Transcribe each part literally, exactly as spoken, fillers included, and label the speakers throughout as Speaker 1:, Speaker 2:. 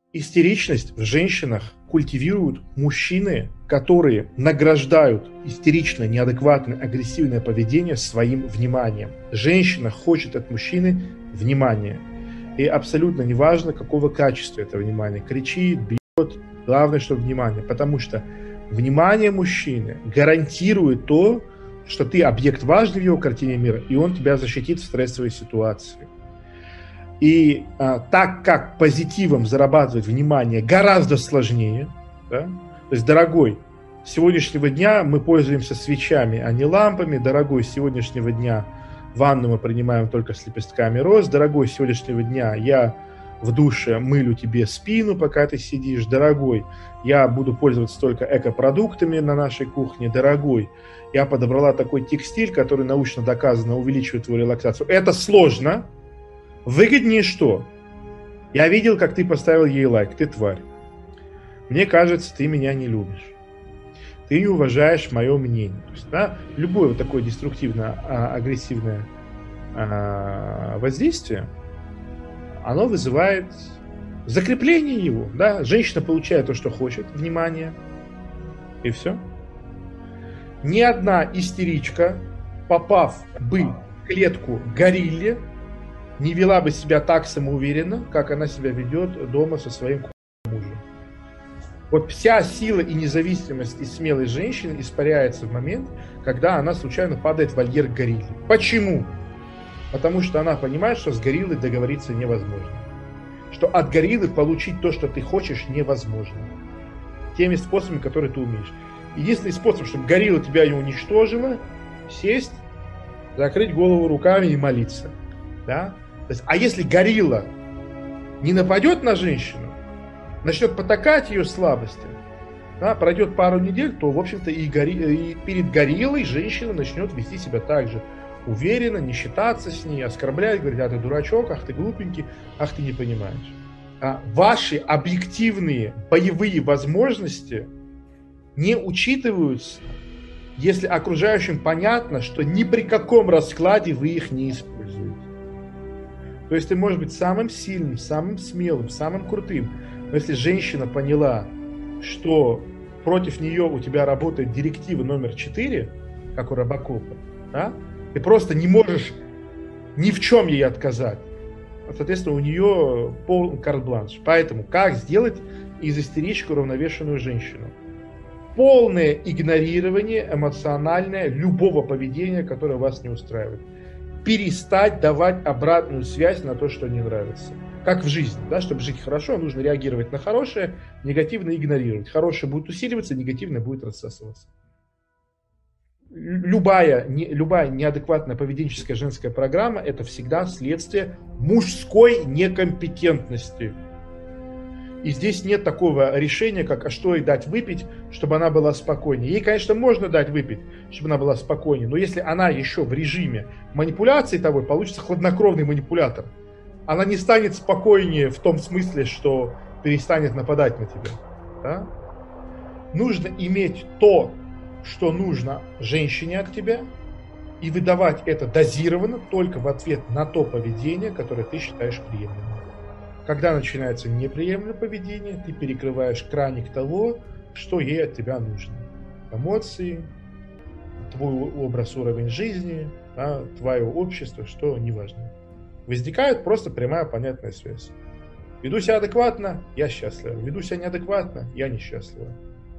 Speaker 1: Истеричность в женщинах культивируют мужчины, которые награждают истеричное, неадекватное, агрессивное поведение своим вниманием. Женщина хочет от мужчины внимания. И абсолютно неважно, какого качества это внимание. Кричит, бьет, главное, что внимание. Потому что внимание мужчины гарантирует то, что ты объект важный в его картине мира, и он тебя защитит в стрессовой ситуации. И а, так как позитивом зарабатывать внимание гораздо сложнее, да? То есть, дорогой, с сегодняшнего дня мы пользуемся свечами, а не лампами. Дорогой, с сегодняшнего дня ванну мы принимаем только с лепестками роз. Дорогой, с сегодняшнего дня я в душе мылю тебе спину, пока ты сидишь. Дорогой, я буду пользоваться только экопродуктами на нашей кухне. Дорогой, я подобрала такой текстиль, который научно доказано увеличивает твою релаксацию. Это сложно. Выгоднее что? Я видел, как ты поставил ей лайк, ты тварь. Мне кажется, ты меня не любишь. Ты не уважаешь мое мнение. То есть, да, любое вот такое деструктивно-агрессивное а, воздействие, оно вызывает закрепление его. Да? Женщина получает то, что хочет, внимание, и все. Ни одна истеричка, попав бы в клетку горилле, не вела бы себя так самоуверенно, как она себя ведет дома со своим мужем. Вот вся сила и независимость и смелость женщины испаряется в момент, когда она случайно падает в вольер к горилле. Почему? Потому что она понимает, что с гориллой договориться невозможно. Что от гориллы получить то, что ты хочешь, невозможно. Теми способами, которые ты умеешь. Единственный способ, чтобы горилла тебя не уничтожила, сесть, закрыть голову руками и молиться. Да? То есть, а если горилла не нападет на женщину, начнет потакать ее слабости, да, пройдет пару недель, то, в общем-то, и, гори... и перед гориллой женщина начнет вести себя так же уверенно, не считаться с ней, оскорблять, говорить, а ты дурачок, ах ты глупенький, ах ты не понимаешь. А ваши объективные боевые возможности не учитываются, если окружающим понятно, что ни при каком раскладе вы их не используете. То есть ты можешь быть самым сильным, самым смелым, самым крутым, но если женщина поняла, что против нее у тебя работает директива номер четыре, как у Робокопа, да, ты просто не можешь ни в чем ей отказать. Соответственно, у нее полный карт-бланш. Поэтому как сделать из истерички уравновешенную женщину? Полное игнорирование эмоциональное любого поведения, которое вас не устраивает. Перестать давать обратную связь на то, что не нравится. Как в жизни, да, чтобы жить хорошо, нужно реагировать на хорошее, негативно игнорировать. Хорошее будет усиливаться, негативное будет рассасываться. Любая, не, любая неадекватная поведенческая женская программа – это всегда следствие мужской некомпетентности. И здесь нет такого решения, как а что ей дать выпить, чтобы она была спокойнее. Ей, конечно, можно дать выпить, чтобы она была спокойнее, но если она еще в режиме манипуляции тобой, получится хладнокровный манипулятор. Она не станет спокойнее в том смысле, что перестанет нападать на тебя. Да? Нужно иметь то, что нужно женщине от тебя, и выдавать это дозированно только в ответ на то поведение, которое ты считаешь приемлемым. Когда начинается неприемлемое поведение, ты перекрываешь краник того, что ей от тебя нужно. Эмоции, твой образ, уровень жизни, да, твое общество, что неважно. Возникает просто прямая понятная связь. Веду себя адекватно, я счастлива. Веду себя неадекватно, я несчастлива.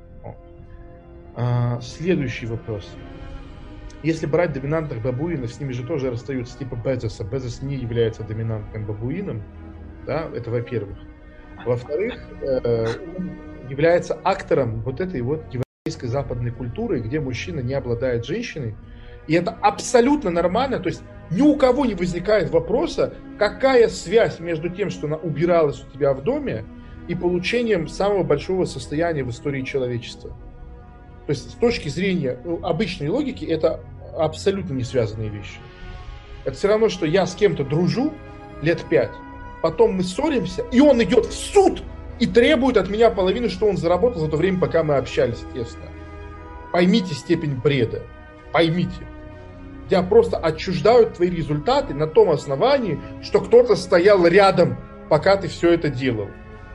Speaker 1: А, следующий вопрос. Если брать доминантных бабуинов, с ними же тоже расстаются, типа Безоса. Безос не является доминантным бабуином. Да, это во-первых. Во-вторых, э, он является актором вот этой вот европейской западной культуры, где мужчина не обладает женщиной. И это абсолютно нормально. То есть ни у кого не возникает вопроса, какая связь между тем, что она убиралась у тебя в доме, и получением самого большого состояния в истории человечества. То есть с точки зрения обычной логики это абсолютно не связанные вещи. Это все равно, что я с кем-то дружу лет пять, потом мы ссоримся, и он идет в суд и требует от меня половину, что он заработал за то время, пока мы общались тесно. Поймите степень бреда. Поймите. Тебя просто отчуждают твои результаты на том основании, что кто-то стоял рядом, пока ты все это делал.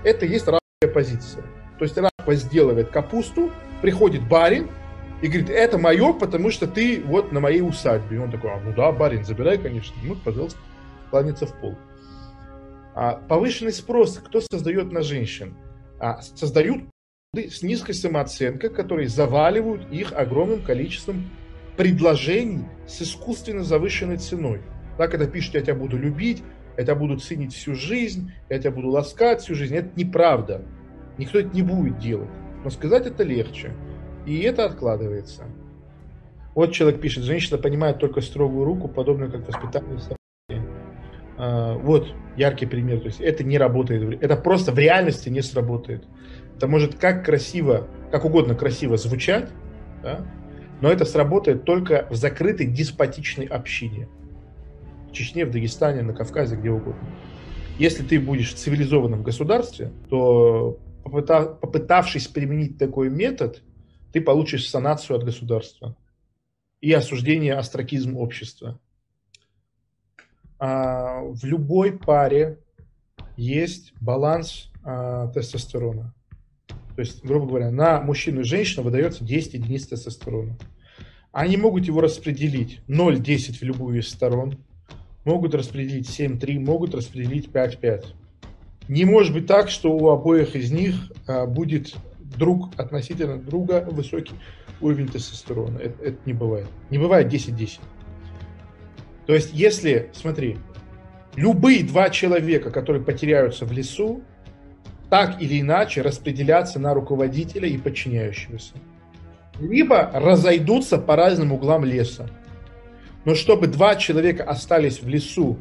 Speaker 1: это есть рабская позиция. То есть раб возделывает капусту, приходит барин и говорит, это мое, потому что ты вот на моей усадьбе. И он такой, а, ну да, барин, забирай, конечно. Ну, пожалуйста, кланяется в пол. А повышенный спрос кто создает на женщин? А, создают с низкой самооценкой, которые заваливают их огромным количеством предложений с искусственно завышенной ценой. Так это пишут, я тебя буду любить, я тебя буду ценить всю жизнь, я тебя буду ласкать всю жизнь. Это неправда. Никто это не будет делать. Но сказать это легче. И это откладывается. Вот человек пишет, женщина понимает только строгую руку, подобно как воспитание собаки. А, вот яркий пример. То есть это не работает. Это просто в реальности не сработает. Это может как красиво, как угодно красиво звучать, да? Но это сработает только в закрытой деспотичной общине. В Чечне, в Дагестане, на Кавказе, где угодно. Если ты будешь в цивилизованном государстве, то попытавшись применить такой метод, ты получишь санацию от государства и осуждение остракизм общества. А в любой паре есть баланс а, тестостерона. То есть, грубо говоря, на мужчину и женщину выдается десять единиц тестостерона. Они могут его распределить ноль-десять в любую из сторон, могут распределить семь-три, могут распределить пять-пять. Не может быть так, что у обоих из них а, будет друг относительно друга высокий уровень тестостерона. Это, это не бывает. Не бывает десять-десять. То есть, если, смотри, любые два человека, которые потеряются в лесу, так или иначе распределяться на руководителя и подчиняющегося. Либо разойдутся по разным углам леса. Но чтобы два человека остались в лесу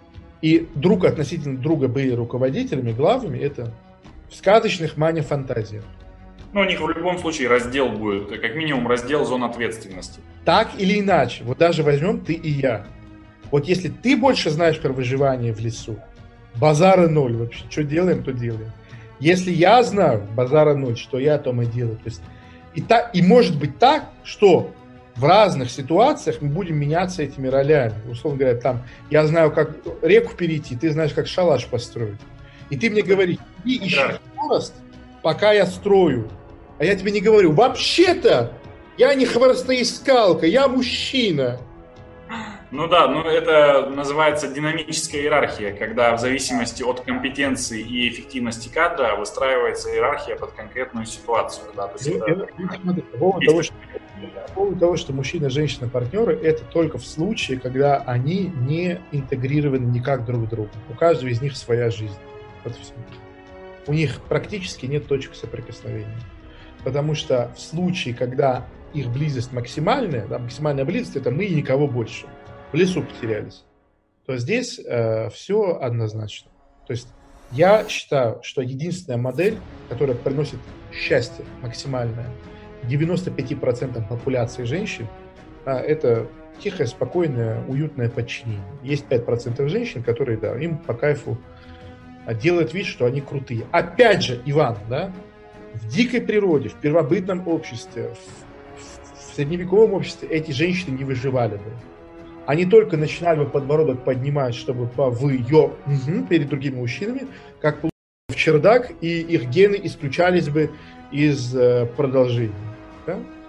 Speaker 1: и друг относительно друга были руководителями, главами, это в сказочных мане-фантазиях.
Speaker 2: Ну, у них в любом случае раздел будет, как минимум раздел зон ответственности.
Speaker 1: Так или иначе, вот даже возьмем ты и я. Вот если ты больше знаешь про выживание в лесу, базара ноль вообще, что делаем, то делаем. Если я знаю, базара ноль, что я, то мы делаем. То есть, и, та, и может быть так, что в разных ситуациях мы будем меняться этими ролями. Условно говоря, там, я знаю, как реку перейти, ты знаешь, как шалаш построить. И ты мне говоришь, иди ищи хворост, пока я строю. А я тебе не говорю, вообще-то я не хворостоискалка, я мужчина.
Speaker 2: Ну да, ну это называется динамическая иерархия, когда в зависимости от компетенции и эффективности кадра выстраивается иерархия под конкретную ситуацию. Да, то есть
Speaker 1: ну,
Speaker 2: это...
Speaker 1: смотри, по поводу того, что, по поводу того, что мужчина и женщина партнеры, это только в случае, когда они не интегрированы никак друг в друга. У каждого из них своя жизнь. Вот все. У них практически нет точек соприкосновения. Потому что в случае, когда их близость максимальная, да, максимальная близость, это мы и никого больше. В лесу потерялись, то здесь э, все однозначно. То есть я считаю, что единственная модель, которая приносит счастье максимальное девяноста пяти процентам популяции женщин, э, это тихое, спокойное, уютное подчинение. Есть пять процентов женщин, которые, да, им по кайфу делают вид, что они крутые. Опять же, Иван, да, в дикой природе, в первобытном обществе, в, в, в средневековом обществе эти женщины не выживали бы. Они только начинали бы подбородок поднимать, чтобы по вы, ё, угу, перед другими мужчинами, как в чердак, и их гены исключались бы из э, продолжения. Да?